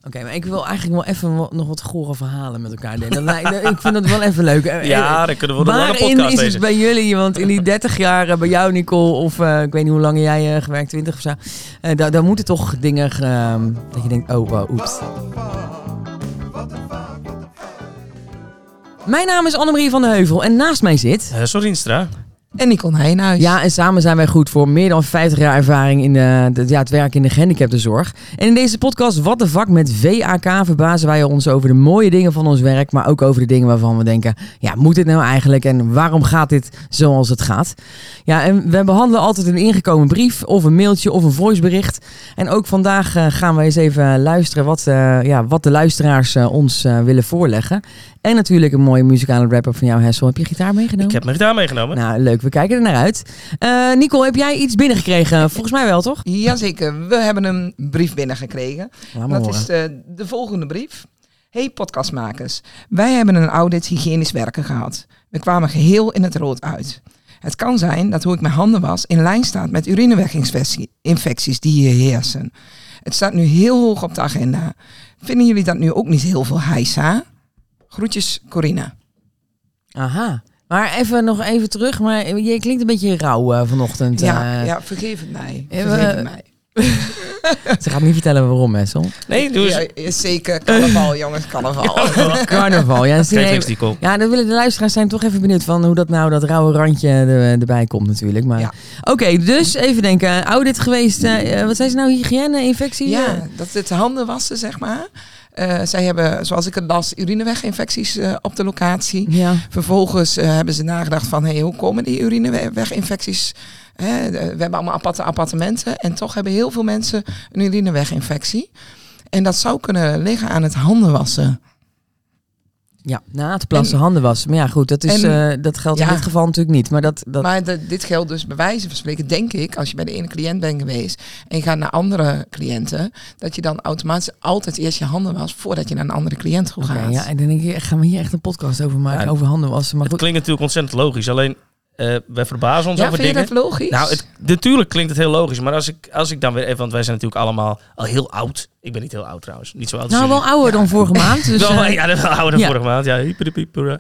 Oké, maar ik wil eigenlijk wel even nog wat gore verhalen met elkaar delen. Ik vind dat wel even leuk. Ja, dan kunnen we nog een lange podcast Waarin is deze. het bij jullie, want in die 30 jaar bij jou, Nicole, of ik weet niet hoe lang jij gewerkt, 20 of zo. Daar moeten toch dingen, dat je denkt, oh, wow, oeps. Mijn naam is Annemarie van de Heuvel en naast mij zit... Sorinstra. En Nicole Heijnhuis. Ja, en samen zijn wij goed voor meer dan 50 jaar ervaring in het werk in de gehandicaptenzorg. En in deze podcast What the Fuck met VAK verbazen wij ons over de mooie dingen van ons werk, maar ook over de dingen waarvan we denken, ja, moet dit nou eigenlijk en waarom gaat dit zoals het gaat? Ja, en we behandelen altijd een ingekomen brief of een mailtje of een voicebericht. En ook vandaag gaan we eens even luisteren wat de luisteraars ons willen voorleggen. En natuurlijk een mooie muzikale wrap-up van jou, Hessel. Heb je gitaar meegenomen? Ik heb mijn gitaar meegenomen. Nou, leuk. We kijken er naar uit. Nicole, heb jij iets binnengekregen? Volgens mij wel, toch? Jazeker, we hebben een brief binnengekregen. Laat maar Dat horen. is de volgende brief. Hey podcastmakers, wij hebben een audit hygiënisch werken gehad. We kwamen geheel in het rood uit. Het kan zijn dat hoe ik mijn handen was in lijn staat met urineweginfecties die hier heersen. Het staat nu heel hoog op de agenda. Vinden jullie dat nu ook niet heel veel heisa? Groetjes, Corina. Aha. Maar nog even terug. Maar je klinkt een beetje rauw vanochtend. Ja, vergeef het mij. Ze gaat niet vertellen waarom, Hessel. Nee, doe eens. Ja, zeker. Carnaval, jongens. Carnaval. Carnaval. Ja, Geef niks, Nicole. ja, dan willen de luisteraars zijn toch even benieuwd van hoe dat nou, dat rauwe randje erbij komt natuurlijk. Maar Ja. Oké, dus even denken. Audit geweest. Wat zijn ze nou? Hygiëne, infectie? Ja, dat het handen wassen, zeg maar. Zij hebben, zoals ik het las, urineweginfecties op de locatie. Ja. Vervolgens hebben ze nagedacht van, hoe komen die urineweginfecties? We hebben allemaal aparte appartementen en toch hebben heel veel mensen een urineweginfectie. En dat zou kunnen liggen aan het handenwassen. Ja, na het plassen, handen wassen. Maar ja, goed, dat geldt in dit geval natuurlijk niet. Maar Maar dit geldt dus bij wijze van spreken, denk ik, als je bij de ene cliënt bent geweest en je gaat naar andere cliënten, dat je dan automatisch altijd eerst je handen wast voordat je naar een andere cliënt toe gaat. Ja, en dan denk ik, gaan we hier echt een podcast over maken, Ja, over handen wassen. Maar Het goed. klinkt natuurlijk ontzettend logisch. Alleen, wij verbazen ons Ja, over vind je dingen. dat logisch? Nou, natuurlijk klinkt het heel logisch. Maar als ik dan weer even... Want wij zijn natuurlijk allemaal al heel oud. Ik ben niet heel oud trouwens. Niet zo oud als Nou, wel jullie. ouder dan vorige maand. Dus, Wel, ja, dat wel ouder dan ja. vorige maand. Ja, hyper.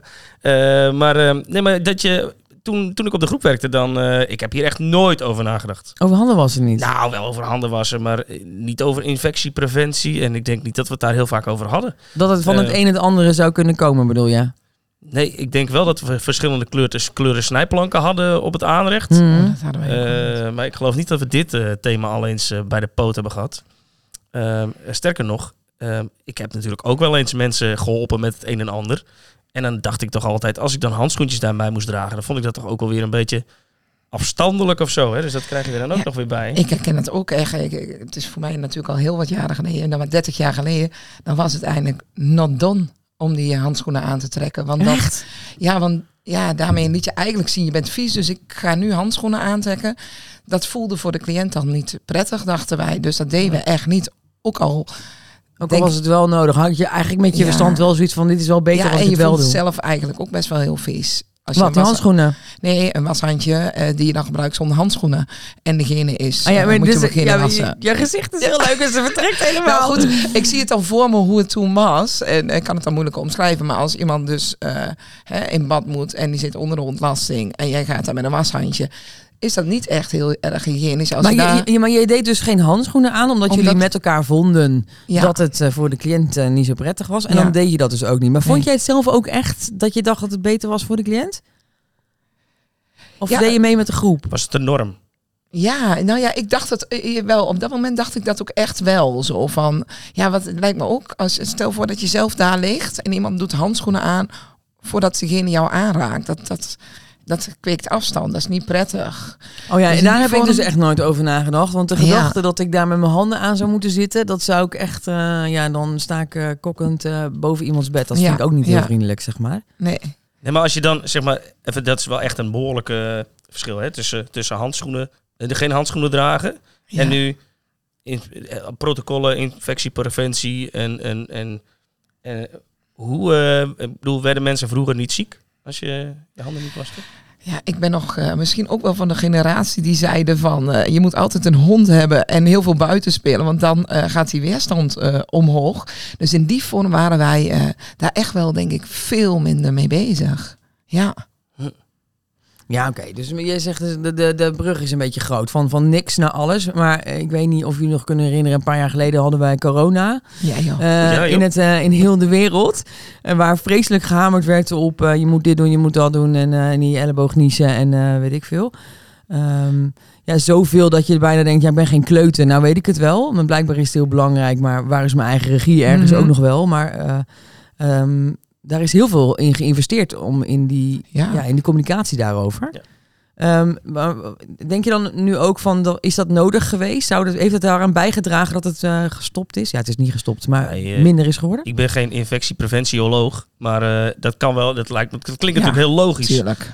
Maar dat je... Toen ik op de groep werkte, dan... ik heb hier echt nooit over nagedacht. over handen wassen niet. Nou, wel over handen wassen, maar niet over infectiepreventie. En ik denk niet dat we het daar heel vaak over hadden. Dat het van het een het andere zou kunnen komen, bedoel je? Nee, ik denk wel dat we verschillende kleuren snijplanken hadden op het aanrecht. Mhm. Dat hadden wij ook. Maar ik geloof niet dat we dit thema al eens bij de poot hebben gehad. Sterker nog, ik heb natuurlijk ook wel eens mensen geholpen met het een en ander. En dan dacht ik toch altijd, als ik dan handschoentjes daarbij moest dragen, dan vond ik dat toch ook alweer een beetje afstandelijk of zo. Hè? Dus dat krijg je er dan ook nog weer bij. Ik herken het ook echt. Het is voor mij natuurlijk al heel wat jaren geleden. En dan maar 30 jaar geleden, dan was het eigenlijk not done om die handschoenen aan te trekken. Want Echt? daarmee liet je eigenlijk zien, je bent vies, dus ik ga nu handschoenen aantrekken. Dat voelde voor de cliënt dan niet prettig, dachten wij. Dus dat deden we echt niet. Ook al was het wel nodig. Had je eigenlijk met je verstand wel zoiets van, dit is wel beter als en ik je het wel voelt doe. zelf eigenlijk ook best wel heel vies. Als Wat, die handschoenen? Nee, een washandje die je dan gebruikt zonder handschoenen. En degene is, moet je beginnen wassen. je gezicht is heel leuk en ze vertrekt helemaal. Nou goed, ik zie het dan voor me hoe het toen was. En ik kan het dan moeilijk omschrijven. Maar als iemand dus in bad moet en die zit onder de ontlasting. En jij gaat daar met een washandje. Is dat niet echt heel erg hygiënisch. Als Maar je deed dus geen handschoenen aan, omdat jullie met elkaar vonden dat het voor de cliënt niet zo prettig was. En dan deed je dat dus ook niet. Maar vond jij het zelf ook echt dat je dacht dat het beter was voor de cliënt? Of deed je mee met de groep? Was het de norm? Ja, nou ja, ik dacht het wel. Op dat moment dacht ik dat ook echt wel. Zo van, wat lijkt me ook. Stel voor dat je zelf daar ligt en iemand doet handschoenen aan voordat diegene jou aanraakt. Dat kweekt afstand, dat is niet prettig. Oh ja, dus en daar heb ik dus echt nooit over nagedacht. Want de gedachte dat ik daar met mijn handen aan zou moeten zitten, dat zou ik echt, dan sta ik kokkend boven iemands bed. Dat vind ik ook niet heel vriendelijk, zeg maar. Nee, maar als je dan, zeg maar, even, dat is wel echt een behoorlijke verschil, hè, tussen handschoenen, geen handschoenen dragen en nu protocollen, infectiepreventie en hoe, werden mensen vroeger niet ziek als je je handen niet waste? Ja, ik ben nog misschien ook wel van de generatie die zeiden van... je moet altijd een hond hebben en heel veel buiten spelen. Want dan gaat die weerstand omhoog. Dus in die vorm waren wij daar echt wel, denk ik, veel minder mee bezig. Ja. Ja, oké. Dus jij zegt de brug is een beetje groot. Van niks naar alles. Maar ik weet niet of jullie nog kunnen herinneren. Een paar jaar geleden hadden wij corona. Ja, joh. In heel de wereld. Waar vreselijk gehamerd werd op... je moet dit doen, je moet dat doen. En in die elleboog niezen en weet ik veel. Zoveel dat je bijna denkt... ja, ik ben geen kleuter. Nou weet ik het wel. Maar blijkbaar is het heel belangrijk. Maar waar is mijn eigen regie? Ergens ook nog wel. Maar... daar is heel veel in geïnvesteerd om in die communicatie daarover. Ja. Maar denk je dan nu ook van, is dat nodig geweest? Heeft het daaraan bijgedragen dat het gestopt is? Ja, het is niet gestopt, maar minder is geworden. Ik ben geen infectiepreventioloog, maar dat kan wel. Dat klinkt natuurlijk heel logisch. Tuurlijk.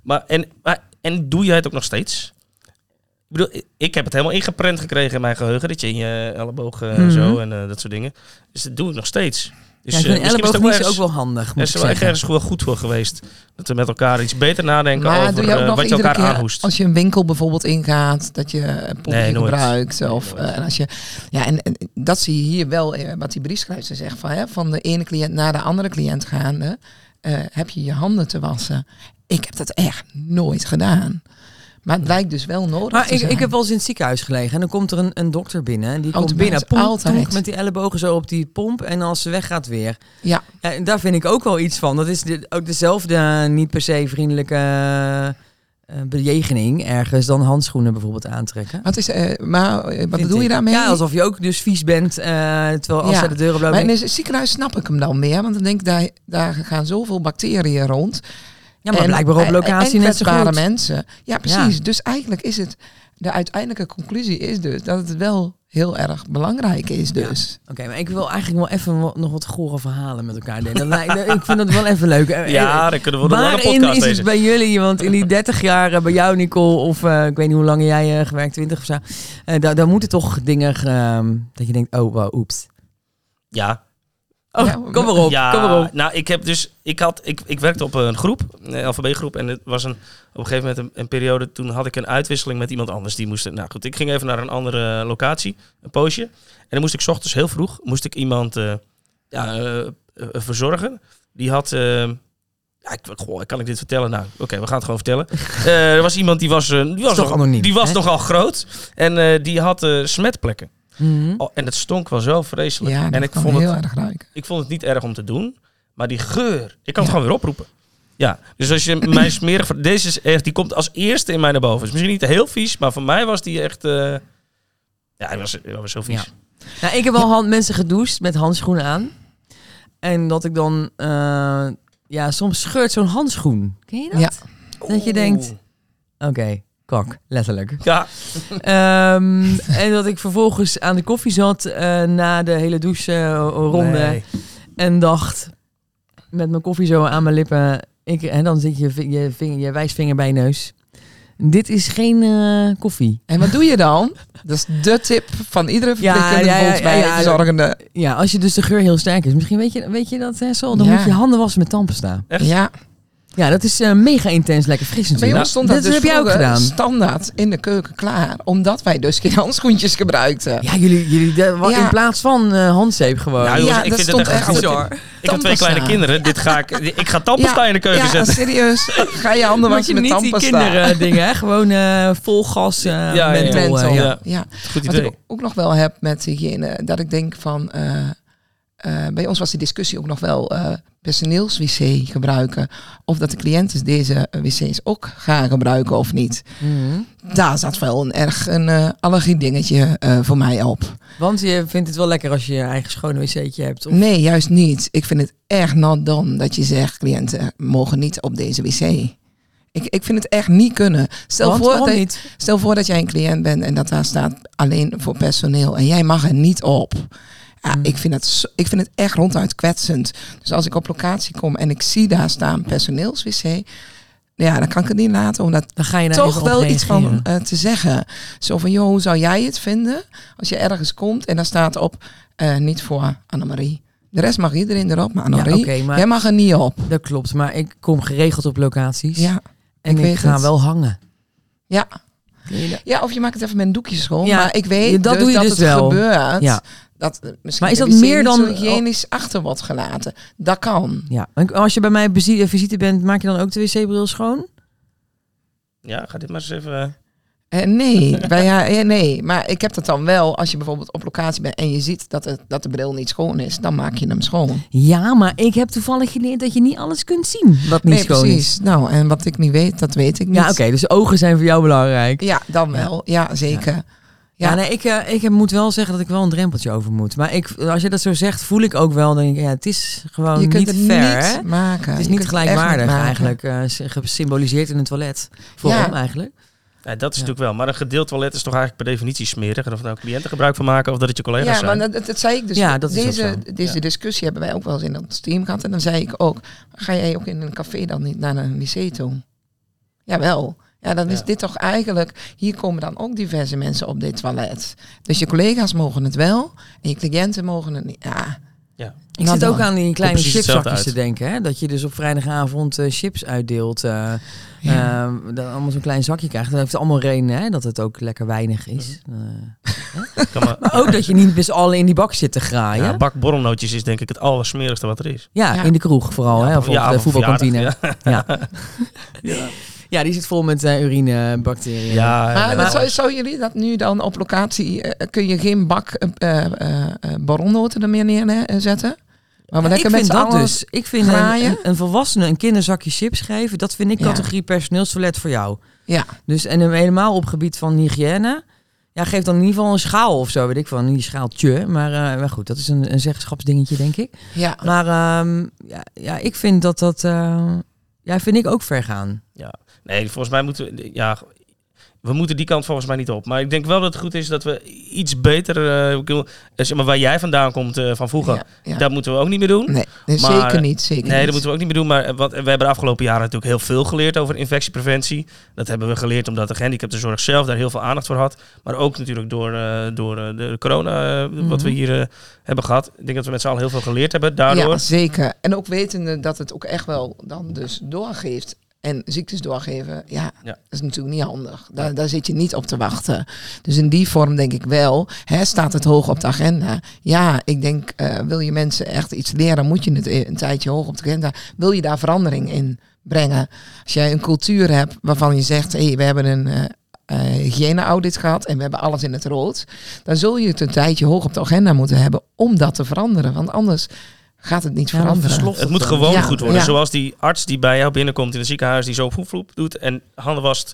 En doe jij het ook nog steeds? Ik bedoel, ik heb het helemaal ingeprent gekregen in mijn geheugen, dat je in je elleboog zo en dat soort dingen. Dus dat doe ik nog steeds. Dus, ik vind elleboog is ook wel handig. Er is wel ergens wel goed voor geweest. Dat we met elkaar iets beter nadenken over doe je ook nog wat je elkaar aanhoest. Als je een winkel bijvoorbeeld ingaat, dat je een pompje gebruikt. En als je, en dat zie je hier wel, wat die briefschrijver zegt. Van de ene cliënt naar de andere cliënt gaande, heb je je handen te wassen. Ik heb dat echt nooit gedaan. Maar het lijkt dus wel nodig te zijn. Ik heb wel eens in het ziekenhuis gelegen en dan komt er een dokter binnen. En die komt binnen, altijd met die ellebogen zo op die pomp. En als ze weggaat weer. Ja. En daar vind ik ook wel iets van. Dat is ook dezelfde niet per se vriendelijke bejegening ergens dan handschoenen bijvoorbeeld aantrekken. Wat bedoel je daarmee? Ja, alsof je ook dus vies bent. Terwijl als ze de deuren blijven. Maar in het ziekenhuis snap ik hem dan meer. Want dan denk ik, daar gaan zoveel bacteriën rond. Ja, maar blijkbaar op locatie net zo goed. Mensen. Ja, precies. Ja. Dus eigenlijk is het... De uiteindelijke conclusie is dus dat het wel heel erg belangrijk is dus. Ja. Oké, maar ik wil eigenlijk wel even nog wat gore verhalen met elkaar delen. Ik vind dat wel even leuk. Ja, dan kunnen we nog een lange podcast Waarin is het bij jullie? Want in die 30 jaar bij jou, Nicole, of ik weet niet hoe lang jij gewerkt, 20 of zo. Daar moeten toch dingen... dat je denkt, oh, wow, oeps. Ja. Kom maar op. Nou, ik werkte op een groep, een LVB-groep, en het was op een gegeven moment een periode, toen had ik een uitwisseling met iemand anders. Die moest, nou goed, ik ging even naar een andere locatie, een poosje, en dan moest ik 's ochtends heel vroeg, iemand verzorgen. Die had, kan ik dit vertellen? Nou, oké, we gaan het gewoon vertellen. Er was iemand die was nogal groot, en die had smetplekken. Mm-hmm. En het stonk wel zo vreselijk. Ja, en ik vond het niet erg om te doen. Maar die geur, ik kan het gewoon weer oproepen. Ja, dus als je mij smerig... Deze is echt, die komt als eerste in mij naar boven. Is misschien niet heel vies, maar voor mij was die echt... hij was zo vies. Ja. Nou, ik heb wel mensen gedoucht met handschoenen aan. En dat ik dan... soms scheurt zo'n handschoen. Ken je dat? Ja. Dat je denkt... Oké. Kak, letterlijk. Ja. En dat ik vervolgens aan de koffie zat na de hele douche-ronde. Nee. En dacht, met mijn koffie zo aan mijn lippen. En dan zit je wijsvinger bij je neus. Dit is geen koffie. En wat doe je dan? Dat is de tip van iedere verpleegkundige volgens mij verzorgende. Ja, als je dus de geur heel sterk is. Misschien weet je dat, Sol? Dan moet je handen wassen met tandpasta. Echt? Ja. Ja, dat is mega intens, lekker fris natuurlijk. Bij ons stond dat dus heb jij ook gedaan. Standaard in de keuken klaar. Omdat wij dus geen handschoentjes gebruikten. Ja, jullie in plaats van handzeep gewoon. Nou, jongens, ik vind het echt bizar. Ik heb 2 kleine kinderen. Ik ga tandpasta in de keuken zetten. Serieus. Ga je handen wassen met tandpasta. Niet die kinderen dingen, hè? Gewoon vol gas. Menthol. Ja. Goed idee. Wat ik ook nog wel heb met hygiëne. Dat ik denk van... bij ons was die discussie ook nog wel personeels-wc gebruiken. Of dat de cliënten deze wc's ook gaan gebruiken of niet. Mm-hmm. Daar zat wel een allergie dingetje voor mij op. Want je vindt het wel lekker als je je eigen schone wc'tje hebt? Of? Nee, juist niet. Ik vind het echt not done dat je zegt, cliënten mogen niet op deze wc. Ik vind het echt niet kunnen. Stel voor dat jij een cliënt bent en dat daar staat alleen voor personeel. En jij mag er niet op. Ja, ik vind het echt ronduit kwetsend. Dus als ik op locatie kom en ik zie daar staan personeels-wc... Ja, dan kan ik het niet laten om dan ga je toch wel iets van te zeggen. Zo van, joh, hoe zou jij het vinden als je ergens komt en dan staat op niet voor Annemarie. De rest mag iedereen erop, maar Annemarie, jij mag er niet op. Dat klopt, maar ik kom geregeld op locaties. Ja. En ik ga het. wel hangen. Ja. Ken je dat? Ja, of je maakt het even met een doekje schoon. Ja, maar ik weet dat doe je dat dus het wel. gebeurt. Ja. Dat misschien Maar is de dat wc meer niet dan- zo hygiënisch achter wordt gelaten. Dat kan. Ja. En als je bij mij visite bent, maak je dan ook de wc-bril schoon? Ja, ga dit maar eens even... Nee. Maar ik heb dat dan wel. Als je bijvoorbeeld op locatie bent en je ziet dat de bril niet schoon is, dan maak je hem schoon. Ja, maar ik heb toevallig geleerd dat je niet alles kunt zien wat niet schoon precies. is. Nou, en wat ik niet weet, dat weet ik niet. Ja, oké. Dus ogen zijn voor jou belangrijk. Ja, dan wel. Ja, zeker. Ja, nee, ik moet wel zeggen dat ik wel een drempeltje over moet. Maar als je dat zo zegt, voel ik ook wel. Dan denk ik, het is gewoon Je kunt niet het fair. niet maken. Het is Je niet kunt het echt gelijkwaardig niet maken. eigenlijk. Gesymboliseerd in een toilet. Vorm Ja. eigenlijk. Ja, dat is natuurlijk wel. Maar een gedeeld toilet is toch eigenlijk per definitie smerig. En of er nou cliënten gebruik van maken of dat het je collega's Ja, zijn. maar dat zei ik dus. Ja, dat is ook zo. Deze discussie hebben wij ook wel eens in het team gehad. En dan zei ik ook, ga jij ook in een café dan niet naar een wc toe? Jawel. Ja, dan is dit toch eigenlijk... Hier komen dan ook diverse mensen op dit toilet. Dus je collega's mogen het wel. En je cliënten mogen het niet. Ja. Ja. Ik Nou zit ook dan. aan die kleine Komt precies chipzakjes hetzelfde te denken. Hè? Dat je dus op vrijdagavond chips uitdeelt. Ja. Dat allemaal zo'n klein zakje krijgt. Dat heeft allemaal reden, hè? Dat het ook lekker weinig is. Kan maar, Maar ook dat je niet met z'n allen in die bak zit te graaien. ja, bak borrelnootjes is denk ik het allersmerigste wat er is. Ja, in de kroeg vooral. Hè? Of op de op voetbalkantine. verjaardag, Ja. Ja. Ja, die zit vol met urinebacteriën. Ja, Maar en, zou jullie dat nu dan op locatie... kun je geen bak borrelnoten er meer neerzetten? Maar we Ja, lekker ik met vind z'n dat allen dus. Ik vind graaien. een volwassene een kinderzakje chips geven. Dat vind ik Ja. categorie personeelstoilet voor jou. Ja. Dus en helemaal op gebied van hygiëne. Ja, geef dan in ieder geval een schaal of zo. Weet ik van, niet een schaaltje. Maar goed, dat is een zeggenschapsdingetje, denk ik. Ja. Maar ik vind dat... vind ik ook ver gaan. ja. Nee, volgens mij moeten we... Ja, we moeten die kant volgens mij niet op. Maar ik denk wel dat het goed is dat we iets beter... zeg maar waar jij vandaan komt van vroeger. Ja. Dat moeten we ook niet meer doen. Nee, Maar- zeker niet. Zeker Nee, niet. dat moeten we ook niet meer doen. Maar we hebben de afgelopen jaren natuurlijk heel veel geleerd over infectiepreventie. Dat hebben we geleerd omdat de gehandicaptenzorg zelf daar heel veel aandacht voor had. Maar ook natuurlijk door de corona wat we hier hebben gehad. Ik denk dat we met z'n allen heel veel geleerd hebben daardoor. Ja, zeker. En ook wetende dat het ook echt wel dan dus doorgeeft. En ziektes doorgeven, ja, dat is natuurlijk niet handig. Daar zit je niet op te wachten. Dus in die vorm denk ik wel, staat het hoog op de agenda. Ja, ik denk, wil je mensen echt iets leren, moet je het een tijdje hoog op de agenda. Wil je daar verandering in brengen? Als jij een cultuur hebt waarvan je zegt, we hebben een hygiëne-audit gehad en we hebben alles in het rood. Dan zul je het een tijdje hoog op de agenda moeten hebben om dat te veranderen. Want anders gaat het niet veranderen. Het moet gewoon Ja, goed worden. ja. Zoals die arts die bij jou binnenkomt in het ziekenhuis, die zo vloep doet en handen wast.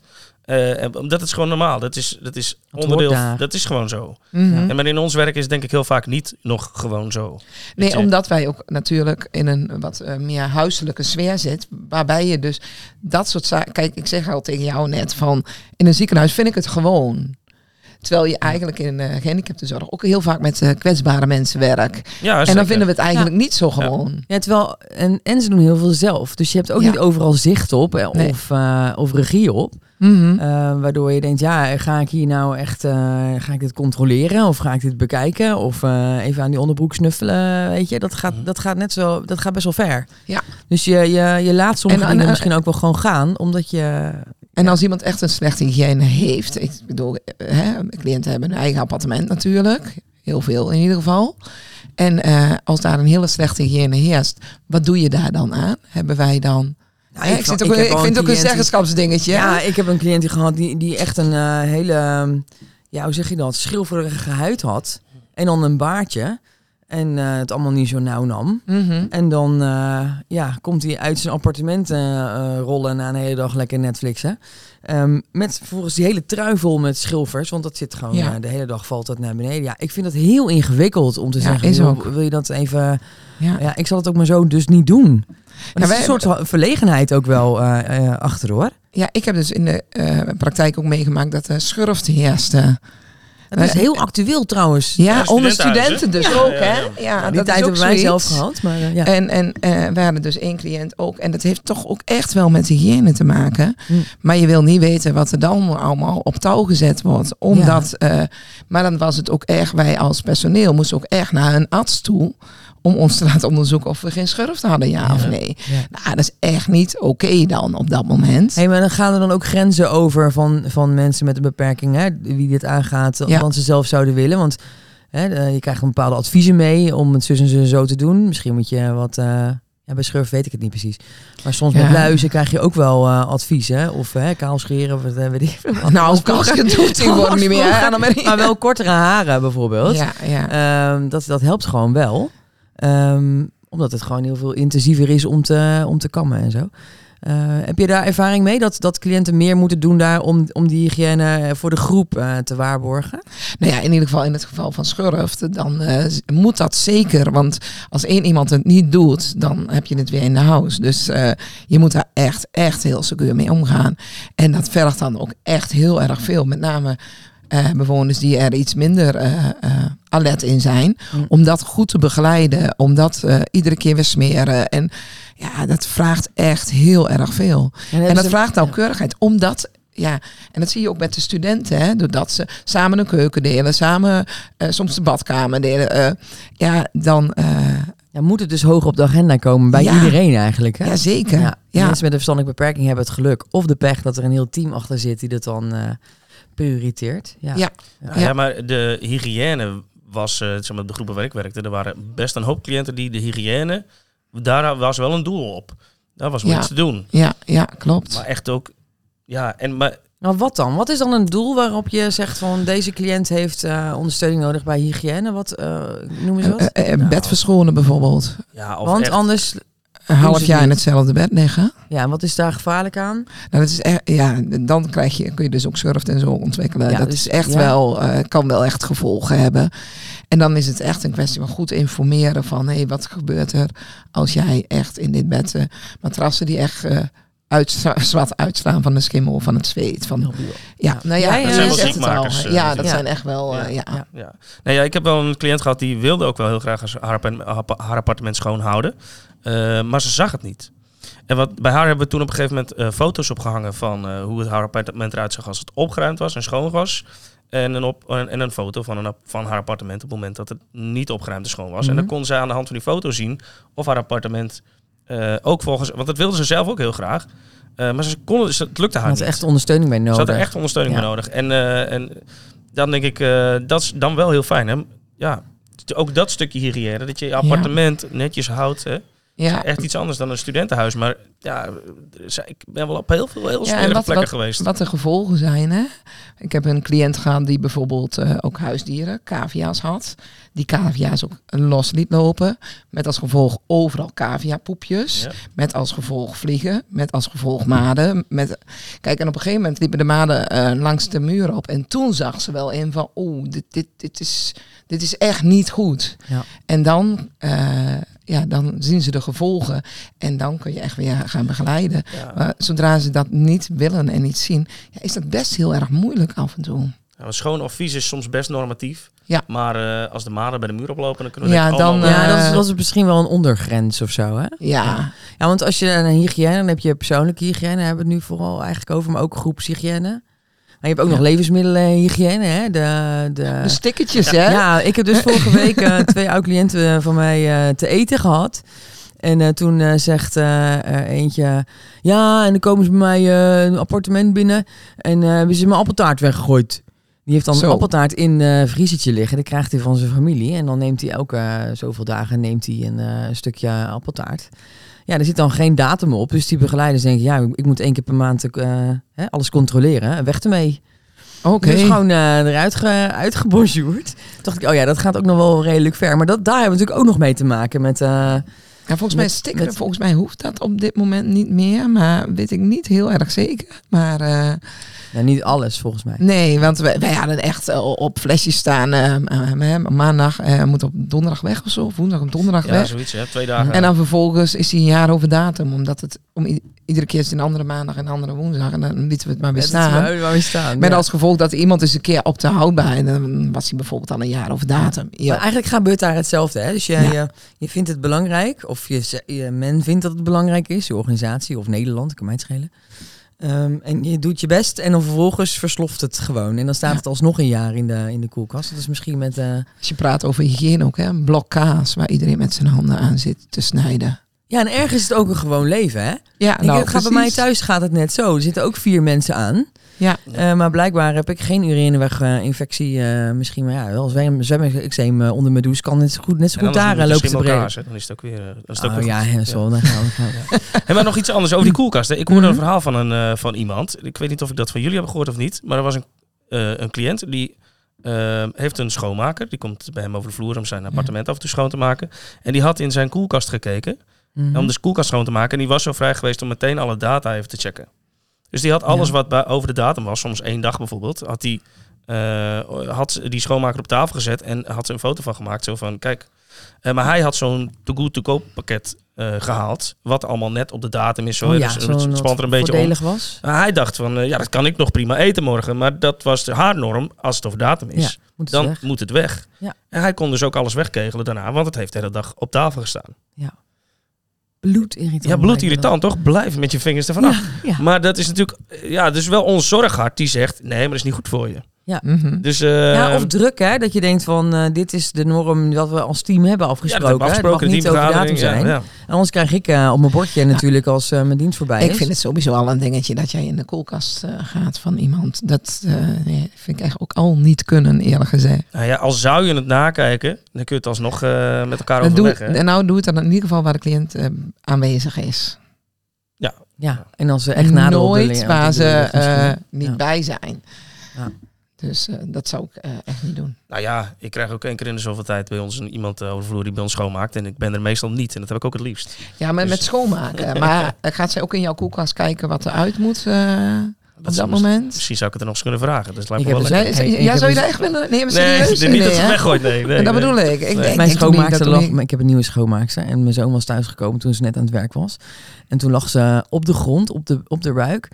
Dat is gewoon normaal. Dat is onderdeel. daar. Dat is gewoon zo. Mhm. En maar in ons werk is het denk ik heel vaak niet nog gewoon zo. Nee, je- omdat wij ook natuurlijk in een wat meer huiselijke sfeer zitten. Waarbij je dus dat soort zaken... Kijk, ik zeg al tegen jou net van... In een ziekenhuis vind ik het gewoon. Terwijl je eigenlijk in gehandicaptenzorg ook heel vaak met kwetsbare mensen werkt. Ja, En zeker. dan vinden we het eigenlijk niet zo gewoon. Ja, terwijl, en ze doen heel veel zelf. Dus je hebt ook Ja. niet overal zicht op Nee. of regie op. Mhm. Waardoor je denkt, ja, ga ik hier nou echt, ga ik dit controleren? Of ga ik dit bekijken? Of even aan die onderbroek snuffelen, weet je? Dat gaat net zo, dat gaat best wel ver. Ja. Dus je laat sommige En- dingen en- misschien ook wel gewoon gaan, omdat je... En als iemand echt een slechte hygiëne heeft... Ik bedoel, cliënten hebben een eigen appartement natuurlijk. Heel veel in ieder geval. En als daar een hele slechte hygiëne heerst... Wat doe je daar dan aan? Hebben wij dan... Nou, ik heb vind wel het ook een cliënt die- zeggenschapsdingetje. Ja, ik heb een cliënt gehad die echt een hele, hoe zeg je dat, schilferige huid had. En dan een baardje. En het allemaal niet zo nauw nam. Mhm. En dan komt hij uit zijn appartement rollen na een hele dag lekker Netflixen. Met vervolgens die hele trui vol met schilfers. Want dat zit gewoon Ja. de hele dag valt dat naar beneden. Ja, ik vind dat heel ingewikkeld om te Ja, zeggen. is joh, ook. wil je dat even... Ja. Ja, ik zal het ook maar zo dus niet doen. Maar er wij- is een soort verlegenheid ook wel achter, hoor. Ja, ik heb dus in de praktijk ook meegemaakt dat er schurft heerste. Het is heel actueel trouwens. Ja, onder studentenhuis, studenten dus Ja, ook, ja, hè? ja. Ja, die dat tijd is ook hebben wij zelf zoiets. gehad. Maar, ja. En we hadden dus één cliënt ook. En dat heeft toch ook echt wel met hygiëne te maken. Maar je wil niet weten wat er dan allemaal op touw gezet wordt. Omdat, maar dan was het ook echt, wij als personeel moesten ook echt naar een arts toe. om ons te laten onderzoeken of we geen schurft hadden, ja of nee. Ja. Nou, dat is echt niet oké dan op dat moment. Hey, maar dan gaan er dan ook grenzen over van mensen met een beperking, hè, wie dit aangaat, want ze zelf zouden willen. Want je krijgt een bepaalde adviezen mee om het zus en zo te doen. Misschien moet je wat... bij schurf weet ik het niet precies. Maar soms met luizen krijg je ook wel advies, hè? Of kaal scheren, of weet ik veel. Nou, kalsken doet tegenwoordig niet meer. Maar wel kortere haren bijvoorbeeld. Ja. Dat helpt gewoon wel. Omdat het gewoon heel veel intensiever is om te kammen en zo. Heb je daar ervaring mee dat cliënten meer moeten doen daar om die hygiëne voor de groep te waarborgen? Nou ja, in ieder geval in het geval van schurft, dan moet dat zeker. Want als één iemand het niet doet, dan heb je het weer in de house. Dus je moet daar echt heel secuur mee omgaan. En dat vergt dan ook echt heel erg veel. Met name bewoners die er iets minder alert in zijn. Om dat goed te begeleiden. Om dat iedere keer weer smeren. En ja, dat vraagt echt heel erg veel. En dat vraagt nauwkeurigheid. Omdat, en dat zie je ook met de studenten. Hè, doordat ze samen een keuken delen. Samen soms de badkamer delen. Dan... moet het dus hoog op de agenda komen bij iedereen eigenlijk. Hè? Ja, zeker. Ja, mensen met een verstandelijke beperking hebben het geluk. Of de pech dat er een heel team achter zit die dat dan prioriteert. Ja, maar de hygiëne was, de groepen waar ik werkte, er waren best een hoop cliënten die de hygiëne, daar was wel een doel op. Daar was wel iets te doen. Ja, klopt. Maar echt ook, Maar wat dan? Wat is dan een doel waarop je zegt van deze cliënt heeft ondersteuning nodig bij hygiëne? Wat noemen ze dat? Bed verschonen bijvoorbeeld. Ja, want echt... anders... Een half jaar in hetzelfde bed liggen. Ja, en wat is daar gevaarlijk aan? Nou, dat is echt, dan kun je dus ook schurft en zo ontwikkelen. Ja, dat is echt wel, kan wel echt gevolgen hebben. En dan is het echt een kwestie van goed informeren van, wat gebeurt er als jij echt in dit bed matrassen die echt zwart uitslaan van de schimmel of van het zweet. Dat zijn wel ziekmakers. Dat zijn echt wel... Ik heb wel een cliënt gehad die wilde ook wel heel graag haar appartement schoonhouden. Maar ze zag het niet. En bij haar hebben we toen op een gegeven moment foto's opgehangen van hoe het haar appartement eruit zag als het opgeruimd was en schoon was. En een foto van haar appartement op het moment dat het niet opgeruimd en schoon was. Mm-hmm. En dan kon zij aan de hand van die foto zien of haar appartement ook volgens... Want dat wilde ze zelf ook heel graag. Maar het lukte haar niet. Ze had echt ondersteuning bij nodig. Ze had er echt ondersteuning bij nodig. En dan denk ik, dat is dan wel heel fijn. Hè? Ja, ook dat stukje hygiëne, dat je je appartement netjes houdt. Hè? Ja. Echt iets anders dan een studentenhuis. Maar ik ben wel op heel veel smerige plekken geweest. Wat de gevolgen zijn. Hè? Ik heb een cliënt gehad die bijvoorbeeld ook huisdieren, cavia's had. Die cavia's ook los liet lopen. Met als gevolg overal caviapoepjes. Ja. Met als gevolg vliegen. Met als gevolg maden. Kijk, en op een gegeven moment liepen de maden langs de muur op. En toen zag ze wel in van, dit is echt niet goed. Ja. En dan... dan zien ze de gevolgen en dan kun je echt weer gaan begeleiden. Ja. Maar zodra ze dat niet willen en niet zien, is dat best heel erg moeilijk af en toe. Ja, schoon of vies is soms best normatief. Ja. Maar als de maden bij de muur oplopen, dan kunnen we dat is misschien wel een ondergrens of zo, hè? Ja. Ja, want als je een hygiëne, dan heb je persoonlijke hygiëne, hebben we het nu vooral eigenlijk over, maar ook groepshygiëne. Maar je hebt ook nog levensmiddelenhygiëne, hè? De stickertjes, hè? Ja, ik heb dus vorige week 2 oud-cliënten van mij te eten gehad. En toen zegt er eentje... Ja, en dan komen ze bij mij een appartement binnen en hebben ze mijn appeltaart weggegooid. Die heeft dan een appeltaart in een vriezertje liggen. Dat krijgt hij van zijn familie. En dan neemt hij elke zoveel dagen een stukje appeltaart. Ja, er zit dan geen datum op. Dus die begeleiders denken, ik moet 1 keer per maand alles controleren. Weg ermee. Oké. Dus gewoon eruit uitgebonjourd. Toen dacht ik, dat gaat ook nog wel redelijk ver. Maar daar hebben we natuurlijk ook nog mee te maken met... volgens mij stickeren, volgens mij hoeft dat op dit moment niet meer. Maar weet ik niet heel erg zeker. Maar... niet alles, volgens mij. Nee, want wij hadden echt op flesjes staan. Maandag moet op donderdag weg of zo. Of woensdag op donderdag weg. Ja, zoiets, 2 dagen. En dan vervolgens is hij een jaar over datum. Omdat het iedere keer is het een andere maandag en een andere woensdag. En dan lieten we het maar weer staan. Met als gevolg dat iemand eens een keer op te houdbaar. En dan was hij bijvoorbeeld al een jaar over datum. Ja. Maar eigenlijk gebeurt daar hetzelfde. Hè? Dus je vindt het belangrijk. Of men vindt dat het belangrijk is. Je organisatie of Nederland, kan mij het schelen. En je doet je best en dan vervolgens versloft het gewoon. En dan staat het alsnog een jaar in de koelkast. Dat is misschien met... Als je praat over hygiëne ook, hè? Een blok kaas waar iedereen met zijn handen aan zit te snijden. Ja, en ergens is het ook een gewoon leven, hè? Ja, Het gaat bij mij thuis gaat het net zo. Er zitten ook 4 mensen aan. Ja. Maar blijkbaar heb ik geen urineweginfectie. Misschien, maar ja, wel zwemexeem onder mijn douche. Kan net zo goed daar lopen te breken. Dan is het ook weer... Dan gaan we. En maar nog iets anders over die koelkasten. Ik hoorde een verhaal van iemand. Ik weet niet of ik dat van jullie heb gehoord of niet. Maar er was een cliënt die heeft een schoonmaker. Die komt bij hem over de vloer om zijn appartement af en toe schoon te maken. En die had in zijn koelkast gekeken. Om de koelkast schoon te maken. En die was zo vrij geweest om meteen alle data even te checken. Dus die had alles wat over de datum was, soms 1 dag bijvoorbeeld, had die schoonmaker op tafel gezet en had ze een foto van gemaakt. Zo van, kijk, maar hij had zo'n Too Good To Go pakket gehaald, wat allemaal net op de datum is. Dus het spant er een beetje om. Was. Hij dacht van, dat kan ik nog prima eten morgen. Maar dat was haar norm. Als het over datum is, moet het weg. Ja. En hij kon dus ook alles wegkegelen daarna, want het heeft de hele dag op tafel gestaan. Ja. Bloedirritant. Ja, bloedirritant, toch? Blijf met je vingers ervan af. Ja. Maar dat is natuurlijk... Ja, dus wel ons zorghart die zegt... Nee, maar dat is niet goed voor je. Ja. Dus, of druk, hè? Dat je denkt van... dit is de norm wat we als team hebben afgesproken. Ja, dat hebben we afgesproken. Het mag niet over datum zijn. Ja. En anders krijg ik op mijn bordje natuurlijk als mijn dienst voorbij is. Ik vind het sowieso al een dingetje dat jij in de koelkast gaat van iemand. Dat vind ik echt ook al niet kunnen, eerlijk gezegd. Nou ja, al zou je het nakijken... Dan kun je het alsnog met elkaar overleggen. Nou, doe het dan in ieder geval waar de cliënt aanwezig is. Ja, en als ze echt nooit waar ze niet bij zijn. Ja. Dus dat zou ik echt niet doen. Nou ja, ik krijg ook 1 keer in de zoveel tijd bij ons iemand over de vloer die bij ons schoonmaakt. En ik ben er meestal niet. En dat heb ik ook het liefst. Ja, maar met schoonmaken. Maar gaat zij ook in jouw koelkast kijken wat eruit moet op dat moment? Misschien zou ik het er nog eens kunnen vragen. Dus lijkt me wel lekker. Zou je dat echt willen? Nee, niet dat ze het weggooit. Nee, dat bedoel ik. Mijn schoonmaakster lag... Ik heb een nieuwe schoonmaakster. En mijn zoon was thuisgekomen toen ze net aan het werk was. En toen lag ze op de grond, op de ruik,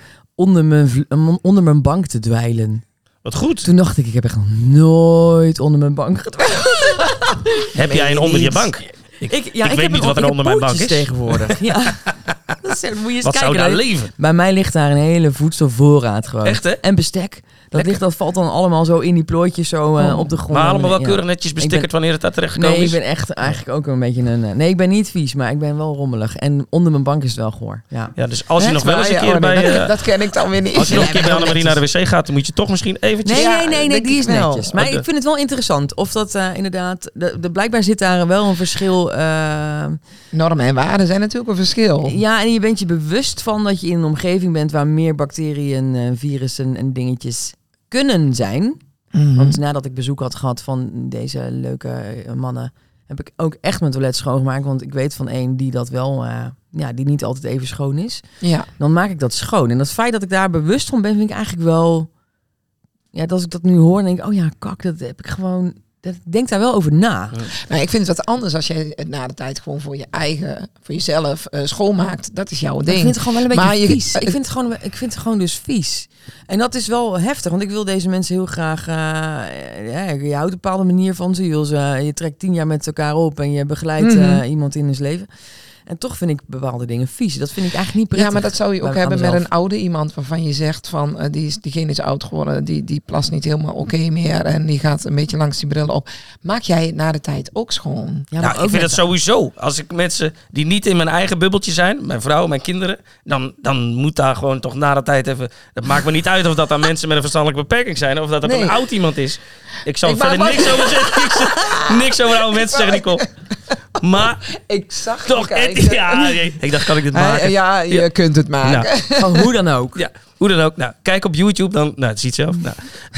onder mijn bank te dweilen. Wat goed. Toen dacht ik heb echt nog nooit onder mijn bank gedweild. Heb jij een onder je bank? Ik weet niet wat er onder mijn bank is. Tegenwoordig. Ja. Moet je eens wat kijken, zou daar leven? Bij mij ligt daar een hele voedselvoorraad gewoon. Echt, hè? En bestek. Dat valt dan allemaal zo in die plooitjes op de grond. Maar allemaal wel keurig netjes bestickerd wanneer het daar terecht gekomen is? Nee, ik ben echt eigenlijk ook een beetje een... Nee, ik ben niet vies, maar ik ben wel rommelig. En onder mijn bank is het wel goor. Ja, dus als je nog wel eens een keer bij... Dat ken ik dan weer niet. Als je nog een keer bij Annemarie naar de wc gaat, dan moet je toch misschien eventjes... Nee, die is netjes. Maar ik vind het wel interessant of dat inderdaad... Blijkbaar zit daar wel een verschil... Normen en waarden zijn natuurlijk een verschil. Ja, en je bent je bewust van dat je in een omgeving bent waar meer bacteriën, virussen en dingetjes kunnen zijn. Mm-hmm. Want nadat ik bezoek had gehad van deze leuke mannen, heb ik ook echt mijn toilet schoongemaakt. Want ik weet van één die dat wel, die niet altijd even schoon is. Ja. Dan maak ik dat schoon. En dat feit dat ik daar bewust van ben, vind ik eigenlijk wel... Ja, als ik dat nu hoor, dan denk ik, oh ja, kak, dat heb ik gewoon... Ik denk daar wel over na. Nou, ik vind het wat anders als je het na de tijd gewoon voor jezelf schoonmaakt. Dat is jouw ding. Ik vind het gewoon wel een beetje vies. Ik vind het gewoon dus vies. En dat is wel heftig, want ik wil deze mensen heel graag... je houdt een bepaalde manier van ze. Je trekt 10 jaar met elkaar op en je begeleidt iemand in zijn leven. En toch vind ik bepaalde dingen vies. Dat vind ik eigenlijk niet prettig. Ja, maar dat zou je ook hebben met een oude iemand waarvan je zegt van diegene is oud geworden, die plast niet helemaal oké meer en die gaat een beetje langs die brillen op. Maak jij het na de tijd ook schoon? Ja, ik vind het sowieso. Als ik mensen die niet in mijn eigen bubbeltje zijn, mijn vrouw, mijn kinderen, dan moet daar gewoon toch na de tijd even... Dat maakt me niet uit of dat dan mensen met een verstandelijke beperking zijn of dat een oud iemand is. Ik zal verder niks over zeggen. Niks over oude mensen zeggen, Nicole. Maar ik zag toch, ik dacht, kan ik dit maken? Ja, je kunt het maken. Nou, hoe dan ook. Ja, hoe dan ook. Nou, kijk op YouTube dan. Nou, het ziet zelf. Nou,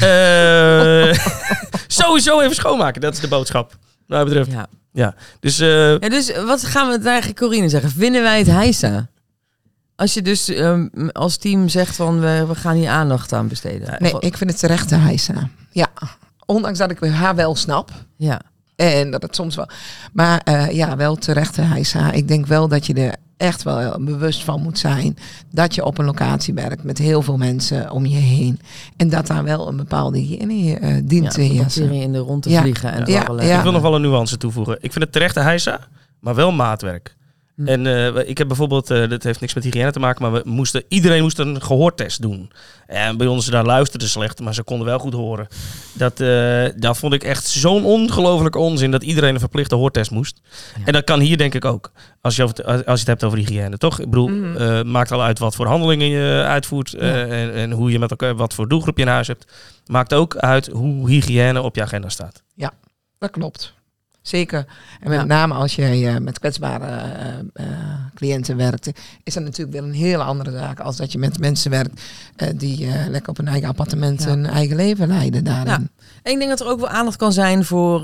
sowieso even schoonmaken. Dat is de boodschap. Wat mij betreft. Ja. Dus wat gaan we eigenlijk, Corine, zeggen? Vinden wij het heisa? Als je dus als team zegt van we gaan hier aandacht aan besteden. Nee, ik vind het terecht de heisa. Ja, ondanks dat ik haar wel snap. Ja. En dat het soms wel... Maar wel terecht, Heisa. Ik denk wel dat je er echt wel bewust van moet zijn dat je op een locatie werkt met heel veel mensen om je heen. En dat daar wel een bepaalde hygiëne dient te heersen. In de rond te vliegen. En Ik wil nog wel een nuance toevoegen. Ik vind het terecht, Heisa, maar wel maatwerk. En ik heb bijvoorbeeld, dat heeft niks met hygiëne te maken, maar iedereen moest een gehoortest doen. En bij ons, daar luisterden slecht, maar ze konden wel goed horen. Dat vond ik echt zo'n ongelooflijke onzin, dat iedereen een verplichte hoortest moest. Ja. En dat kan hier denk ik ook, als je het hebt over hygiëne, toch? Ik bedoel, maakt al uit wat voor handelingen je uitvoert en hoe je met elkaar, wat voor doelgroep je in huis hebt. Maakt ook uit hoe hygiëne op je agenda staat. Ja, dat klopt. Zeker. En met name als je met kwetsbare cliënten werkt, is dat natuurlijk wel een hele andere zaak als dat je met mensen werkt die lekker op een eigen appartement een eigen leven leiden daarin. Ja. En ik denk dat er ook wel aandacht kan zijn voor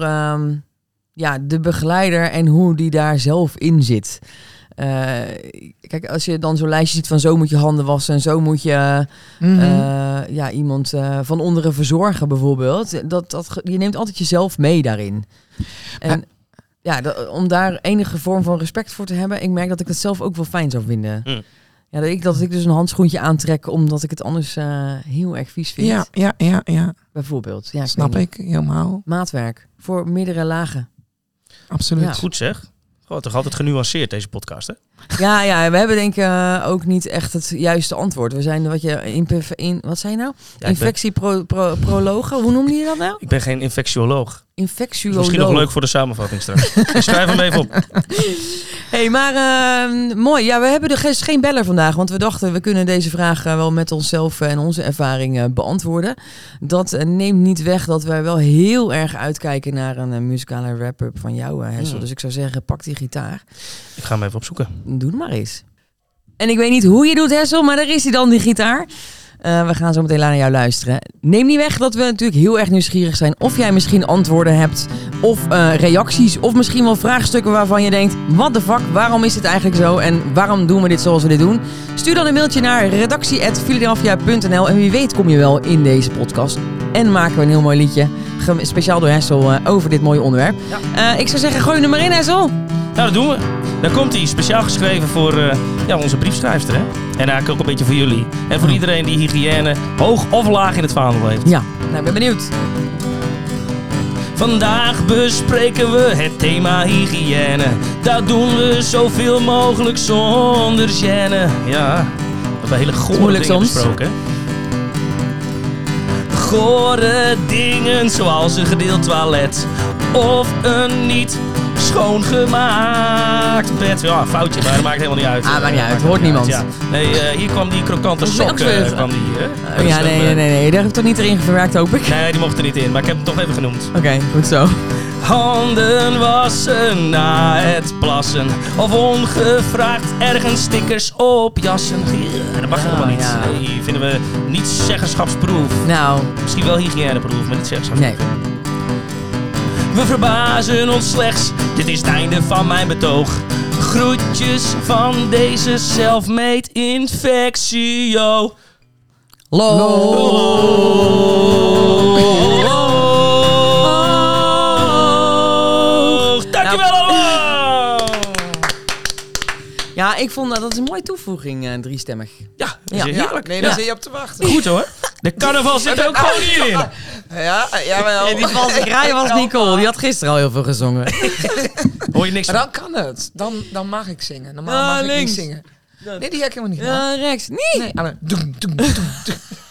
de begeleider en hoe die daar zelf in zit. Kijk, als je dan zo'n lijstje ziet van zo moet je handen wassen en zo moet je iemand van onderen verzorgen bijvoorbeeld. Je neemt altijd jezelf mee daarin. En om daar enige vorm van respect voor te hebben, ik merk dat ik het zelf ook wel fijn zou vinden. Ja, dat ik dus een handschoentje aantrek omdat ik het anders heel erg vies vind. Ja. Bijvoorbeeld. Ja, snap ik helemaal. Maatwerk voor meerdere lagen. Absoluut. Ja. Goed zeg. Toch altijd genuanceerd deze podcast, hè? Ja, we hebben denk ik ook niet echt het juiste antwoord. We zijn wat zei je nou? Ja, infectieprologen, hoe noemde je dat nou? Ik ben geen infectioloog. Infectioloog. Misschien nog leuk voor de samenvatting straks. Ik schrijf hem even op. Hey, maar mooi. Ja, we hebben dus geen beller vandaag, want we dachten we kunnen deze vraag wel met onszelf en onze ervaring beantwoorden. Dat neemt niet weg dat wij wel heel erg uitkijken naar een muzikale wrap-up van jou, Hessel. Dus ik zou zeggen, pak die gitaar. Ik ga hem even opzoeken. Doe het maar eens. En ik weet niet hoe je doet, Hessel, maar daar is hij dan, die gitaar. We gaan zo meteen naar jou luisteren. Neem niet weg dat we natuurlijk heel erg nieuwsgierig zijn of jij misschien antwoorden hebt of reacties of misschien wel vraagstukken waarvan je denkt, what the fuck, waarom is dit eigenlijk zo en waarom doen we dit zoals we dit doen? Stuur dan een mailtje naar redactie@philadelphia.nl en wie weet kom je wel in deze podcast. En maken we een heel mooi liedje, speciaal door Hessel, over dit mooie onderwerp. Ja. Ik zou zeggen, gooi hem er maar in, Hessel. Nou, dat doen we. Dan komt hij, speciaal geschreven voor onze briefschrijfster. Hè? En eigenlijk ook een beetje voor jullie. En voor iedereen die hygiëne hoog of laag in het vaandel heeft. Ja, nou, ik ben benieuwd. Vandaag bespreken we het thema hygiëne. Dat doen we zoveel mogelijk zonder gêne. Ja, we hebben hele gore dingen besproken. Gore dingen zoals een gedeeld toilet. Of een niet schoongemaakt bed. Ja, foutje, maar dat maakt helemaal niet uit. Maakt niet uit. Hoort niemand. Ja. Nee, hier kwam die krokante sok. Nee. Daar heb ik toch niet erin verwerkt, hoop ik? Nee, die mocht er niet in, maar ik heb hem toch even genoemd. Oké, goed zo. Handen wassen na het plassen. Of ongevraagd ergens stickers op jassen. Dat mag helemaal niet. Ja. Nee, vinden we niet zeggenschapsproef. Nou. Misschien wel hygiëneproef, maar niet zeggenschapsproef. Nee. We verbazen ons slechts, dit is het einde van mijn betoog. Groetjes van deze self-made infectio. Dankjewel allemaal! Ja, ik vond dat is een mooie toevoeging, driestemmig. Ja, heerlijk. Nee, daar zit je op te wachten. Goed hoor. De carnaval zit ook gewoon hierin. Ja, jawel. En die valse kraai was Nicole. Die had gisteren al heel veel gezongen. Hoor je niks van? Dan kan het. Dan mag ik zingen. Normaal mag ik niet zingen. Nee, die heb ik helemaal niet gedaan. Rechts. Nee. Doem.